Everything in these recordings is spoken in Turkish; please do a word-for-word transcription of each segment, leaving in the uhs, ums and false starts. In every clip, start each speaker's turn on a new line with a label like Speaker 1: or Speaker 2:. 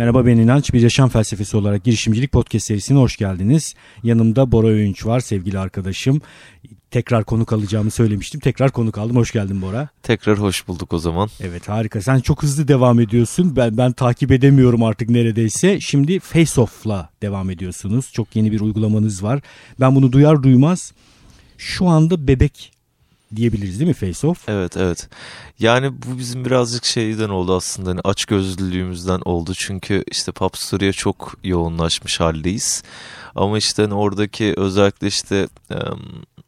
Speaker 1: Merhaba, ben İnanç. Bir Yaşam Felsefesi olarak girişimcilik podcast serisine hoş geldiniz. Yanımda Bora Öğünç var, sevgili arkadaşım. Tekrar konuk alacağımı söylemiştim. Tekrar konuk aldım. Hoş geldin Bora.
Speaker 2: Tekrar hoş bulduk o zaman.
Speaker 1: Evet, harika. Sen çok hızlı devam ediyorsun. Ben ben takip edemiyorum artık neredeyse. Şimdi Face Off'la devam ediyorsunuz. Çok yeni bir uygulamanız var. Ben bunu duyar duymaz şu anda bebek diyebiliriz değil mi Face Off?
Speaker 2: Evet evet. Yani bu bizim birazcık şeyden oldu aslında. Hani açgözlülüğümüzden oldu. Çünkü işte Pub Story'ye çok yoğunlaşmış haldeyiz. Ama işte hani oradaki özellikle işte um,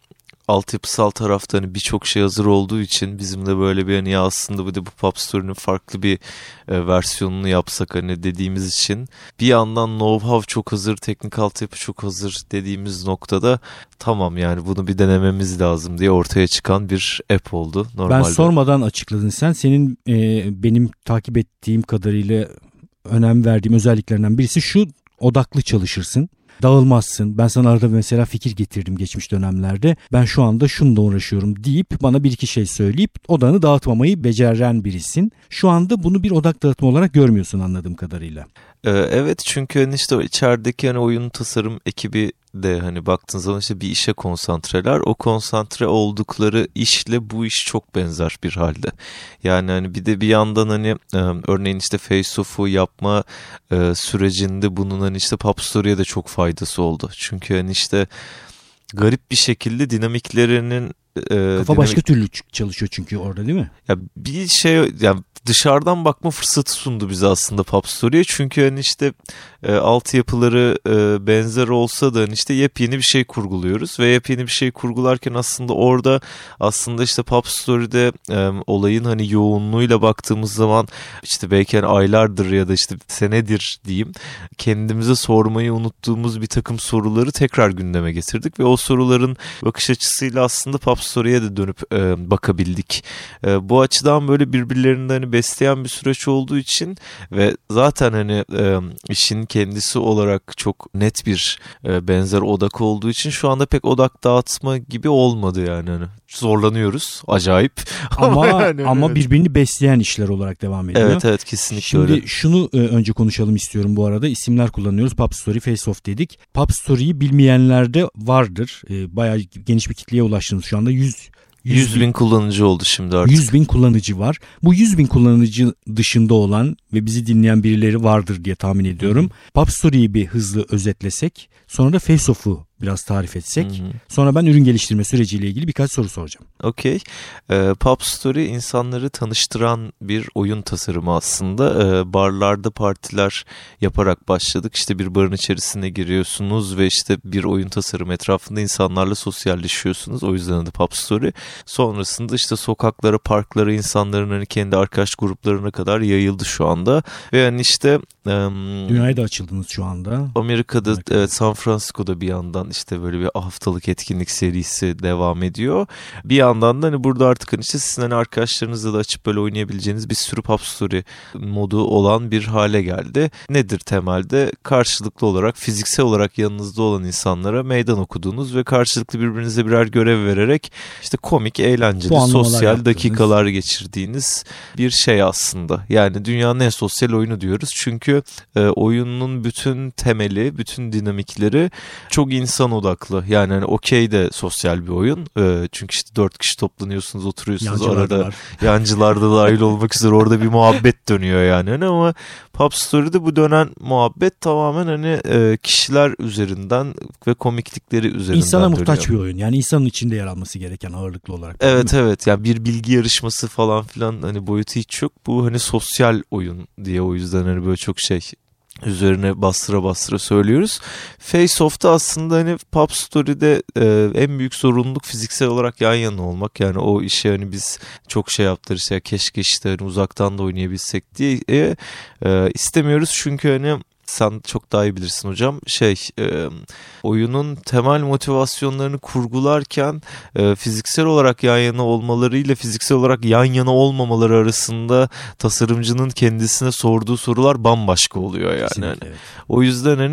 Speaker 2: altyapısal tarafta hani birçok şey hazır olduğu için bizim de böyle bir hani ya aslında bu da bu Pub Story'nin farklı bir e, versiyonunu yapsak hani dediğimiz için bir yandan know-how çok hazır, teknik altyapı çok hazır dediğimiz noktada tamam yani bunu bir denememiz lazım diye ortaya çıkan bir app oldu. Normalde.
Speaker 1: Ben sormadan açıkladın sen. Senin e, benim takip ettiğim kadarıyla önem verdiğim özelliklerinden birisi şu: odaklı çalışırsın. Dağılmazsın. Ben sana arada mesela fikir getirdim geçmiş dönemlerde. Ben şu anda şununla uğraşıyorum deyip bana bir iki şey söyleyip odağını dağıtmamayı beceren birisin. Şu anda bunu bir odak dağıtma olarak görmüyorsun anladığım kadarıyla.
Speaker 2: Ee, evet çünkü hani işte içerideki hani oyun tasarım ekibi de hani baktığın zaman işte bir işe konsantreler. O konsantre oldukları işle bu iş çok benzer bir halde. Yani hani bir de bir yandan hani e, örneğin işte Face Off'u yapma e, sürecinde bunun hani işte Pub Story'ye de çok faydası oldu. Çünkü hani işte garip bir şekilde dinamiklerinin e,
Speaker 1: Kafa
Speaker 2: dinamik...
Speaker 1: başka türlü çalışıyor çünkü orada değil mi?
Speaker 2: Ya bir şey yani dışarıdan bakma fırsatı sundu bize aslında Pub Story'ye. Çünkü hani işte e, altyapıları e, benzer olsa da hani işte yepyeni bir şey kurguluyoruz ve yepyeni bir şey kurgularken aslında orada aslında işte Pub Story'de e, olayın hani yoğunluğuyla baktığımız zaman işte belki hani aylardır ya da işte senedir diyeyim kendimize sormayı unuttuğumuz bir takım soruları tekrar gündeme getirdik ve o soruların bakış açısıyla aslında Pub Story'ye de dönüp e, bakabildik. E, bu açıdan böyle birbirlerinden hani besleyen bir süreç olduğu için ve zaten hani e, işin kendisi olarak çok net bir e, benzer odak olduğu için şu anda pek odak dağıtma gibi olmadı yani hani zorlanıyoruz acayip
Speaker 1: ama
Speaker 2: ama, yani,
Speaker 1: ama
Speaker 2: evet.
Speaker 1: birbirini besleyen işler olarak devam ediyor.
Speaker 2: Evet evet kesinlikle
Speaker 1: Şimdi
Speaker 2: öyle.
Speaker 1: şunu e, önce konuşalım istiyorum bu arada. İsimler kullanıyoruz. Pub Story, Face Off dedik. Pub Story'yi bilmeyenler de vardır. E, bayağı geniş bir kitleye ulaştınız şu anda. yüz
Speaker 2: yüz bin kullanıcı oldu şimdi artık.
Speaker 1: yüz bin kullanıcı var. Bu yüz bin kullanıcı dışında olan ve bizi dinleyen birileri vardır diye tahmin ediyorum. Hı-hı. Pub Story'yi bir hızlı özetlesek, sonra da Face Off'u biraz tarif etsek, Hı-hı. sonra ben ürün geliştirme süreciyle ilgili birkaç soru soracağım.
Speaker 2: Okey. Ee, Pub Story insanları tanıştıran bir oyun tasarımı aslında. Ee, barlarda partiler yaparak başladık. İşte bir barın içerisine giriyorsunuz ve işte bir oyun tasarımı etrafında insanlarla sosyalleşiyorsunuz. O yüzden de Pub Story. Sonrasında işte sokaklara, parklara insanların hani kendi arkadaş gruplarına kadar yayıldı şu anda. Ve hani işte um,
Speaker 1: dünyaya da açıldınız şu anda.
Speaker 2: Amerika'da, evet, San Francisco'da bir yandan işte böyle bir haftalık etkinlik serisi devam ediyor. Bir yandan da hani burada artık hani işte sizin hani arkadaşlarınızla da açıp böyle oynayabileceğiniz bir sürü Pub Story modu olan bir hale geldi. Nedir temelde? Karşılıklı olarak, fiziksel olarak yanınızda olan insanlara meydan okuduğunuz ve karşılıklı birbirinize birer görev vererek işte komik, eğlenceli, sosyal
Speaker 1: yaptınız.
Speaker 2: dakikalar geçirdiğiniz bir şey aslında. Yani dünyanın en sosyal oyunu diyoruz. Çünkü e, oyunun bütün temeli, bütün dinamikleri çok insan odaklı. Yani hani okey de sosyal bir oyun. E, çünkü işte dört kişi toplanıyorsunuz, oturuyorsunuz
Speaker 1: Yancılar
Speaker 2: arada.
Speaker 1: var.
Speaker 2: Yancılar da dahil olmak üzere orada bir muhabbet dönüyor yani. Hani ama Pub Story'de bu dönen muhabbet tamamen hani e, kişiler üzerinden ve komiklikleri üzerinden
Speaker 1: İnsana
Speaker 2: dönüyor.
Speaker 1: muhtaç bir oyun. Yani insanın içinde yer alması gereken ağırlıklı olarak.
Speaker 2: Evet evet yani bir bilgi yarışması falan filan hani boyutu hiç yok. Bu hani sosyal oyun diye o yüzden hani böyle çok şey üzerine bastıra bastıra söylüyoruz. Face Off'ta aslında hani Pub Story'de e, en büyük zorunluluk fiziksel olarak yan yana olmak. Yani o işe hani biz çok şey yaptırırız ya keşke işte hani uzaktan da oynayabilsek diye e, e, istemiyoruz çünkü hani sen çok daha iyi bilirsin hocam. Şey, e, oyunun temel motivasyonlarını kurgularken e, fiziksel olarak yan yana olmalarıyla fiziksel olarak yan yana olmamaları arasında tasarımcının kendisine sorduğu sorular bambaşka oluyor yani.
Speaker 1: Kesinlikle, evet.
Speaker 2: O yüzden hani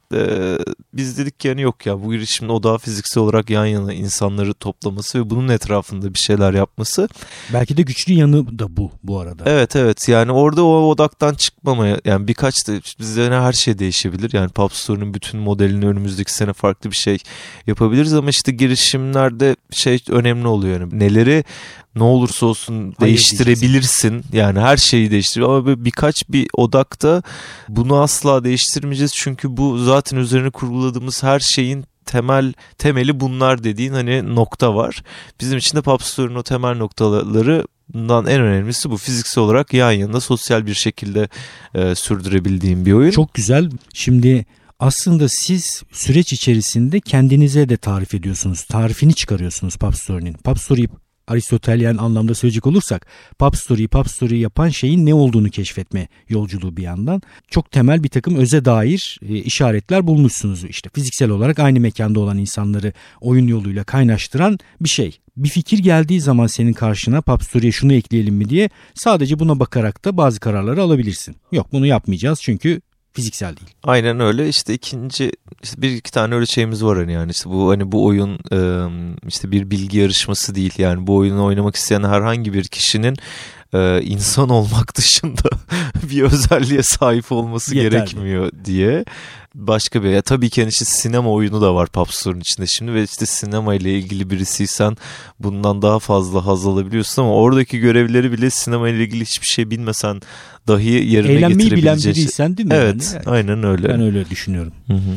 Speaker 2: Ee, biz dedik ki yani yok ya, bu girişimin odağı fiziksel olarak yan yana insanları toplaması ve bunun etrafında bir şeyler yapması.
Speaker 1: Belki de güçlü yanı da bu bu arada.
Speaker 2: Evet evet, yani orada o odaktan çıkmamaya, yani birkaç da bizde her şey değişebilir. Yani Pub Story'nin bütün modelini önümüzdeki sene farklı bir şey yapabiliriz ama işte girişimlerde şey önemli oluyor. Yani neleri ne olursa olsun
Speaker 1: Hayır
Speaker 2: değiştirebilirsin. Diyeceksin. Yani her şeyi değiştir ama böyle birkaç bir odakta bunu asla değiştirmeyeceğiz. Çünkü bu zaten üzerine kurguladığımız her şeyin temel temeli bunlar dediğin hani nokta var. Bizim için de Pub Story'nin o temel noktalarından en önemlisi bu. Fiziksel olarak yan yana sosyal bir şekilde e, sürdürebildiğim bir oyun.
Speaker 1: Çok güzel. Şimdi aslında siz süreç içerisinde kendinize de tarif ediyorsunuz. Tarifini çıkarıyorsunuz Pub Story'nin. Pub Story'yi Aristotelyen anlamda söyleyecek olursak Pub Story'yi Pub Story yapan şeyin ne olduğunu keşfetme yolculuğu bir yandan. Çok temel bir takım öze dair e, işaretler bulmuşsunuz. İşte fiziksel olarak aynı mekanda olan insanları oyun yoluyla kaynaştıran bir şey. Bir fikir geldiği zaman senin karşına Pub Story'ye şunu ekleyelim mi diye sadece buna bakarak da bazı kararları alabilirsin. Yok, bunu yapmayacağız çünkü fiziksel değil.
Speaker 2: Aynen öyle. İşte ikinci işte bir iki tane öyle şeyimiz var hani, yani işte bu hani bu oyun işte bir bilgi yarışması değil. Yani bu oyunu oynamak isteyen herhangi bir kişinin Ee, insan olmak dışında bir özelliğe sahip olması
Speaker 1: yeterli
Speaker 2: gerekmiyor diye. Başka bir, ya tabii ki işte sinema oyunu da var Pub Story'nin içinde şimdi ve işte sinema ile ilgili birisiysen bundan daha fazla haz alabiliyorsun ama oradaki görevleri bile sinema ile ilgili hiçbir şey bilmesen dahi yerine
Speaker 1: eğlenmeyi bilen
Speaker 2: getirebileceğin
Speaker 1: biriysen değil mi?
Speaker 2: Evet,
Speaker 1: yani?
Speaker 2: aynen öyle.
Speaker 1: Ben öyle düşünüyorum.
Speaker 2: Hı hı.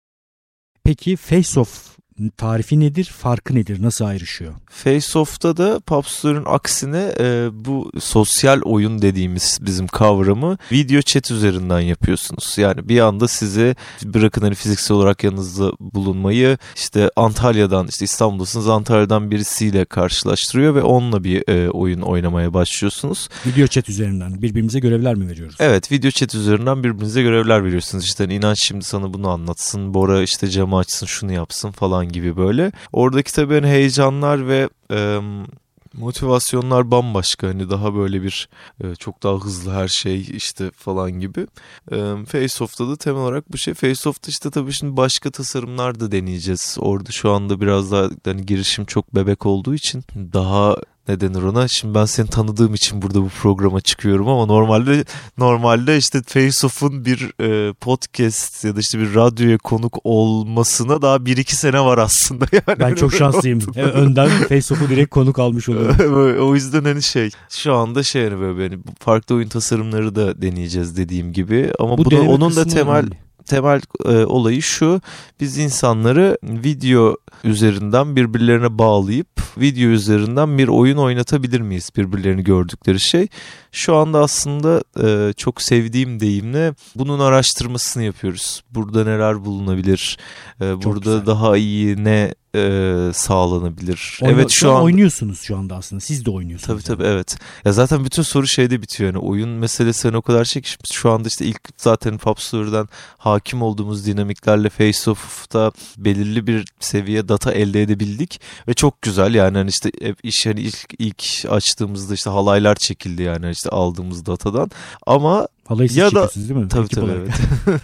Speaker 1: Peki Face Off tarifi nedir? Farkı nedir? Nasıl ayrışıyor?
Speaker 2: Face Off'ta da Pub Story'nin aksine e, bu sosyal oyun dediğimiz bizim kavramı video chat üzerinden yapıyorsunuz. Yani bir anda sizi bırakın hani fiziksel olarak yanınızda bulunmayı, işte Antalya'dan, işte İstanbul'dasınız, Antalya'dan birisiyle karşılaştırıyor ve onunla bir e, oyun oynamaya başlıyorsunuz.
Speaker 1: Video chat üzerinden birbirimize görevler mi veriyoruz?
Speaker 2: Evet, video chat üzerinden birbirinize görevler veriyorsunuz. İşte hani İnanç şimdi sana bunu anlatsın, Bora işte camı açsın, şunu yapsın falan gibi böyle. Oradaki tabii hani heyecanlar ve e, motivasyonlar bambaşka. Hani daha böyle bir e, çok daha hızlı her şey işte falan gibi. E, Face Off'ta da temel olarak bu şey. Face Off'ta işte tabii şimdi başka tasarımlar da deneyeceğiz. Orada şu anda biraz daha hani girişim çok bebek olduğu için daha ne denir ona? Şimdi ben seni tanıdığım için burada bu programa çıkıyorum ama normalde normalde işte Face Off'un bir e, podcast ya da işte bir radyoya konuk olmasına daha bir iki sene var aslında. Yani
Speaker 1: ben çok şanslıyım. Evet, önden Face Off'u direkt konuk almış oluyorum.
Speaker 2: O yüzden hani şey şu anda şey hani böyle hani farklı oyun tasarımları da deneyeceğiz dediğim gibi ama bu, bu da onun da temel önemli. Temel e, olayı şu: biz insanları video üzerinden birbirlerine bağlayıp video üzerinden bir oyun oynatabilir miyiz, birbirlerini gördükleri şey. Şu anda aslında e, çok sevdiğim deyimle bunun araştırmasını yapıyoruz. Burada neler bulunabilir, e, burada güzel. Daha iyi ne e, sağlanabilir.
Speaker 1: Oyna,
Speaker 2: evet şu an
Speaker 1: oynuyorsunuz şu anda aslında. Siz de oynuyorsunuz.
Speaker 2: Tabii tabii yani. Evet. Ya zaten bütün soru şeyde bitiyor. Yani oyun meselesi hani o kadar şey ki şu anda işte ilk zaten Pub Story'den hakim olduğumuz dinamiklerle Face Off'ta belirli bir seviye data elde edebildik ve çok güzel yani hani işte iş hani ilk ilk açtığımızda işte halaylar çekildi yani işte aldığımız datadan ama
Speaker 1: halayı siz ya da değil mi?
Speaker 2: Tabii tabii evet.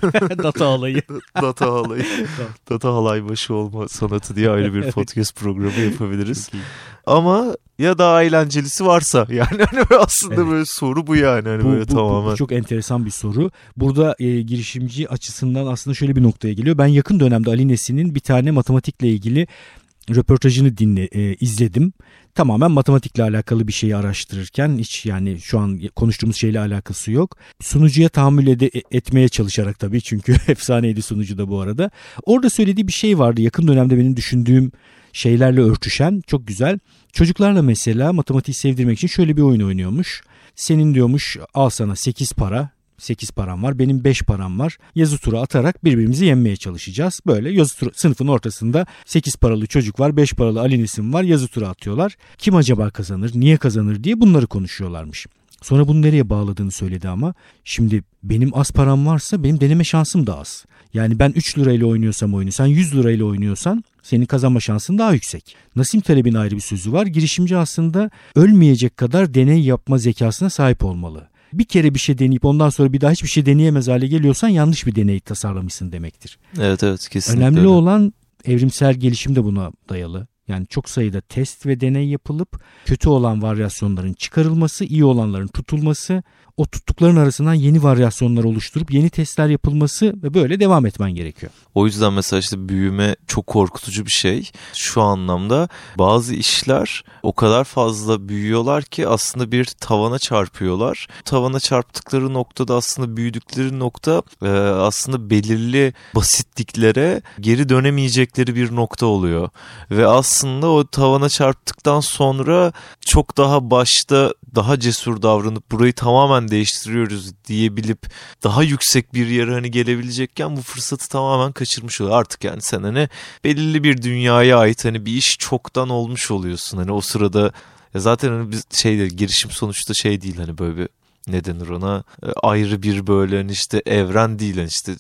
Speaker 1: Data halayı.
Speaker 2: Data halayı. Data halay başı olma sanatı diye ayrı bir podcast programı yapabiliriz. Ama ya daha eğlencelisi varsa yani hani aslında evet. Böyle soru bu yani hani
Speaker 1: bu,
Speaker 2: böyle
Speaker 1: bu,
Speaker 2: tamamen.
Speaker 1: Bu, bu çok enteresan bir soru. Burada e, girişimci açısından aslında şöyle bir noktaya geliyor. Ben yakın dönemde Ali Nesin'in bir tane matematikle ilgili röportajını dinle e, izledim. Tamamen matematikle alakalı bir şeyi araştırırken hiç yani şu an konuştuğumuz şeyle alakası yok. Sunucuya tahammül ede, etmeye çalışarak tabii çünkü efsaneydi sunucu da bu arada. Orada söylediği bir şey vardı yakın dönemde benim düşündüğüm şeylerle örtüşen, çok güzel. Çocuklarla mesela matematiği sevdirmek için şöyle bir oyun oynuyormuş. Senin diyormuş al sana sekiz para. sekiz param var, benim beş param var. Yazı tura atarak birbirimizi yenmeye çalışacağız. Böyle yazı tura, sınıfın ortasında sekiz paralı çocuk var, beş paralı Ali Nesin var. Yazı tura atıyorlar. Kim acaba kazanır, niye kazanır diye bunları konuşuyorlarmış. Sonra bunu nereye bağladığını söyledi ama. Şimdi benim az param varsa benim deneme şansım da az. Yani ben üç lirayla oynuyorsam oyunu, sen yüz lirayla oynuyorsan senin kazanma şansın daha yüksek. Nasim Taleb'in ayrı bir sözü var. Girişimci aslında ölmeyecek kadar deney yapma zekasına sahip olmalı. Bir kere bir şey deneyip ondan sonra bir daha hiçbir şey deneyemez hale geliyorsan yanlış bir deney tasarlamışsın demektir.
Speaker 2: Evet evet kesinlikle.
Speaker 1: Önemli
Speaker 2: öyle.
Speaker 1: olan evrimsel gelişim de buna dayalı. Yani çok sayıda test ve deney yapılıp kötü olan varyasyonların çıkarılması, iyi olanların tutulması, o tuttukların arasından yeni varyasyonlar oluşturup yeni testler yapılması ve böyle devam etmen gerekiyor.
Speaker 2: O yüzden mesela işte büyüme çok korkutucu bir şey. Şu anlamda bazı işler o kadar fazla büyüyorlar ki aslında bir tavana çarpıyorlar. Tavana çarptıkları noktada aslında büyüdükleri nokta aslında belirli basitliklere geri dönemeyecekleri bir nokta oluyor. Ve aslında o tavana çarptıktan sonra çok daha başta daha cesur davranıp burayı tamamen değiştiriyoruz diyebilip daha yüksek bir yere hani gelebilecekken bu fırsatı tamamen kaçırmış oluyor. Artık yani sen hani belirli bir dünyaya ait hani bir iş çoktan olmuş oluyorsun. Hani o sırada ya zaten hani biz şey girişim sonuçta şey değil hani böyle bir ne denir ona ayrı bir böyle hani işte evren değil hani işte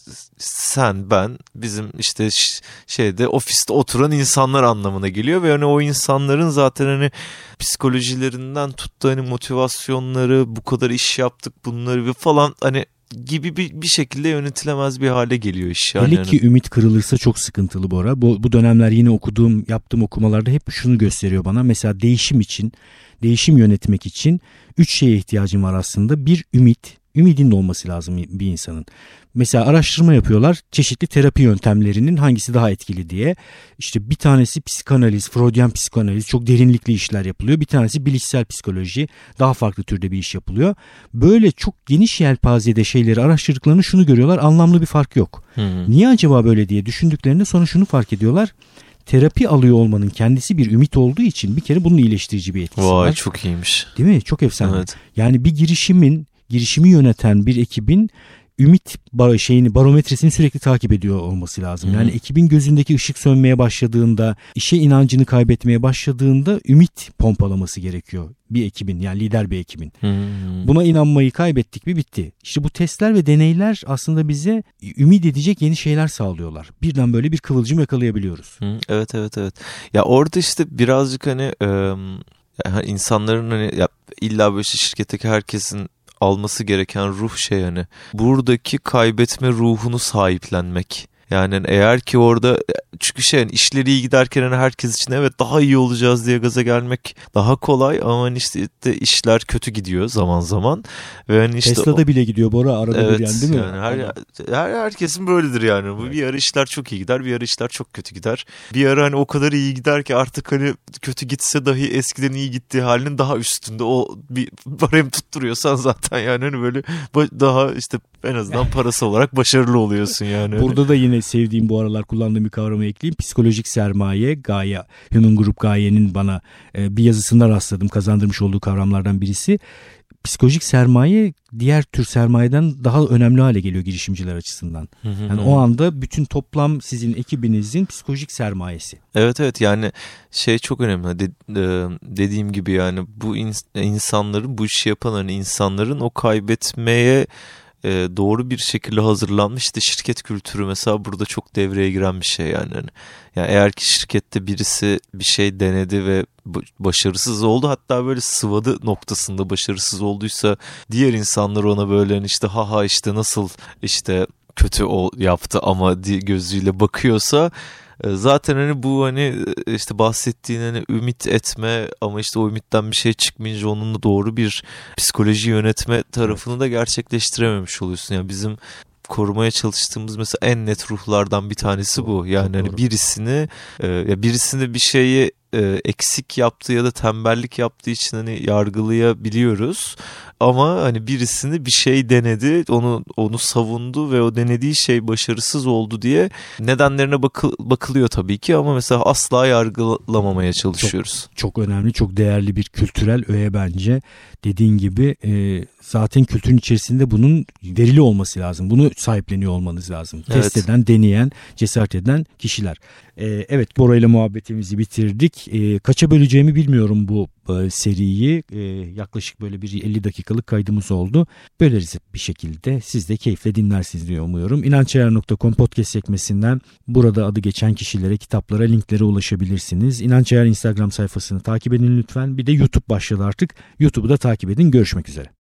Speaker 2: sen ben bizim işte şeyde ofiste oturan insanlar anlamına geliyor ve hani o insanların zaten hani psikolojilerinden tut da hani motivasyonları bu kadar iş yaptık bunları ve falan hani gibi bir, bir şekilde yönetilemez bir hale geliyor iş. Yani.
Speaker 1: Hele ki ümit kırılırsa çok sıkıntılı Bora. Bu, bu dönemler yine okuduğum yaptığım okumalarda hep şunu gösteriyor bana. Mesela değişim için, değişim yönetmek için üç şeye ihtiyacım var aslında. Bir ümit, ümidin de olması lazım bir insanın. Mesela araştırma yapıyorlar çeşitli terapi yöntemlerinin hangisi daha etkili diye. İşte bir tanesi psikanaliz, Freudian psikanaliz, çok derinlikli işler yapılıyor. Bir tanesi bilişsel psikoloji, daha farklı türde bir iş yapılıyor. Böyle çok geniş yelpazede şeyleri araştırdıklarını şunu görüyorlar, anlamlı bir fark yok. Hı hı. Niye acaba böyle diye düşündüklerinde sonra şunu fark ediyorlar. Terapi alıyor olmanın kendisi bir ümit olduğu için bir kere bunun iyileştirici bir etkisi
Speaker 2: Vay,
Speaker 1: var.
Speaker 2: Vay çok iyiymiş.
Speaker 1: Değil mi? Çok efsane.
Speaker 2: Evet.
Speaker 1: Yani bir girişimin, girişimi yöneten bir ekibin ümit bar- şeyini barometresini sürekli takip ediyor olması lazım. Yani hmm. ekibin gözündeki ışık sönmeye başladığında, işe inancını kaybetmeye başladığında ümit pompalaması gerekiyor bir ekibin, yani lider bir ekibin. Hmm. Buna inanmayı kaybettik mi bitti. İşte bu testler ve deneyler aslında bize ümit edecek yeni şeyler sağlıyorlar. Birden böyle bir kıvılcım yakalayabiliyoruz.
Speaker 2: Hmm. Evet evet evet. Ya orada işte birazcık hani e, yani insanların hani ya illa böyle işte şirketteki herkesin alması gereken ruh şey hani buradaki kaybetme ruhunu sahiplenmek. Yani eğer ki orada çünkü şey yani işleri iyi giderken hani herkes için evet daha iyi olacağız diye gaza gelmek daha kolay ama hani işte de işler kötü gidiyor zaman zaman ve hani işte
Speaker 1: Tesla'da o, bile gidiyor Bora arada
Speaker 2: evet,
Speaker 1: bir yani değil mi?
Speaker 2: Yani her, her herkesin böyledir yani. Bu evet. Bir ara işler çok iyi gider, bir ara işler çok kötü gider. Bir ara hani o kadar iyi gider ki artık hani kötü gitse dahi eskiden iyi gittiği halinin daha üstünde o bir barem tutturuyorsan zaten yani hani böyle daha işte en azından parası olarak başarılı oluyorsun yani.
Speaker 1: Burada da yine sevdiğim bu aralar kullandığım bir kavramı ekleyeyim. Psikolojik sermaye, Gaia, Human Group Gaia'nın bana e, bir yazısında rastladım. Kazandırmış olduğu kavramlardan birisi. Psikolojik sermaye diğer tür sermayeden daha önemli hale geliyor girişimciler açısından. Hı hı. Yani o anda bütün toplam sizin ekibinizin psikolojik sermayesi.
Speaker 2: Evet evet yani şey çok önemli. De, de, dediğim gibi yani bu in, insanların bu işi yapan hani insanların o kaybetmeye e, doğru bir şekilde hazırlanmış işte şirket kültürü mesela burada çok devreye giren bir şey yani. Yani, yani eğer ki şirkette birisi bir şey denedi ve başarısız oldu hatta böyle sıvadı noktasında başarısız olduysa diğer insanlar ona böyle işte haha işte nasıl işte kötü o yaptı ama gözüyle bakıyorsa zaten hani bu hani işte bahsettiğin hani ümit etme ama işte o ümitten bir şey çıkmayınca onunla doğru bir psikoloji yönetme tarafını da gerçekleştirememiş oluyorsun. Yani bizim korumaya çalıştığımız mesela en net ruhlardan bir tanesi bu. Yani hani birisini ya birisini bir şeyi e, eksik yaptığı ya da tembellik yaptığı için hani yargılayabiliyoruz. Ama hani birisini bir şey denedi, onu onu savundu ve o denediği şey başarısız oldu diye nedenlerine bakı, bakılıyor tabii ki ama mesela asla yargılamamaya çalışıyoruz.
Speaker 1: Çok, çok önemli, çok değerli bir kültürel öğe bence. Dediğin gibi e, zaten kültürün içerisinde bunun verili olması lazım. Bunu sahipleniyor olmanız lazım. Evet. Test eden, deneyen, cesaret eden kişiler. E, evet, Bora ile muhabbetimizi bitirdik. E, kaça böleceğimi bilmiyorum bu e, seriyi. E, yaklaşık böyle bir elli dakikalık kaydımız oldu. Böleriz bir şekilde. Siz de keyifle dinlersiniz diye umuyorum. inançayar nokta com podcast sekmesinden burada adı geçen kişilere, kitaplara, linklere ulaşabilirsiniz. İnançayar Instagram sayfasını takip edin lütfen. Bir de YouTube başladı artık. YouTube'u da takip edin. Görüşmek üzere.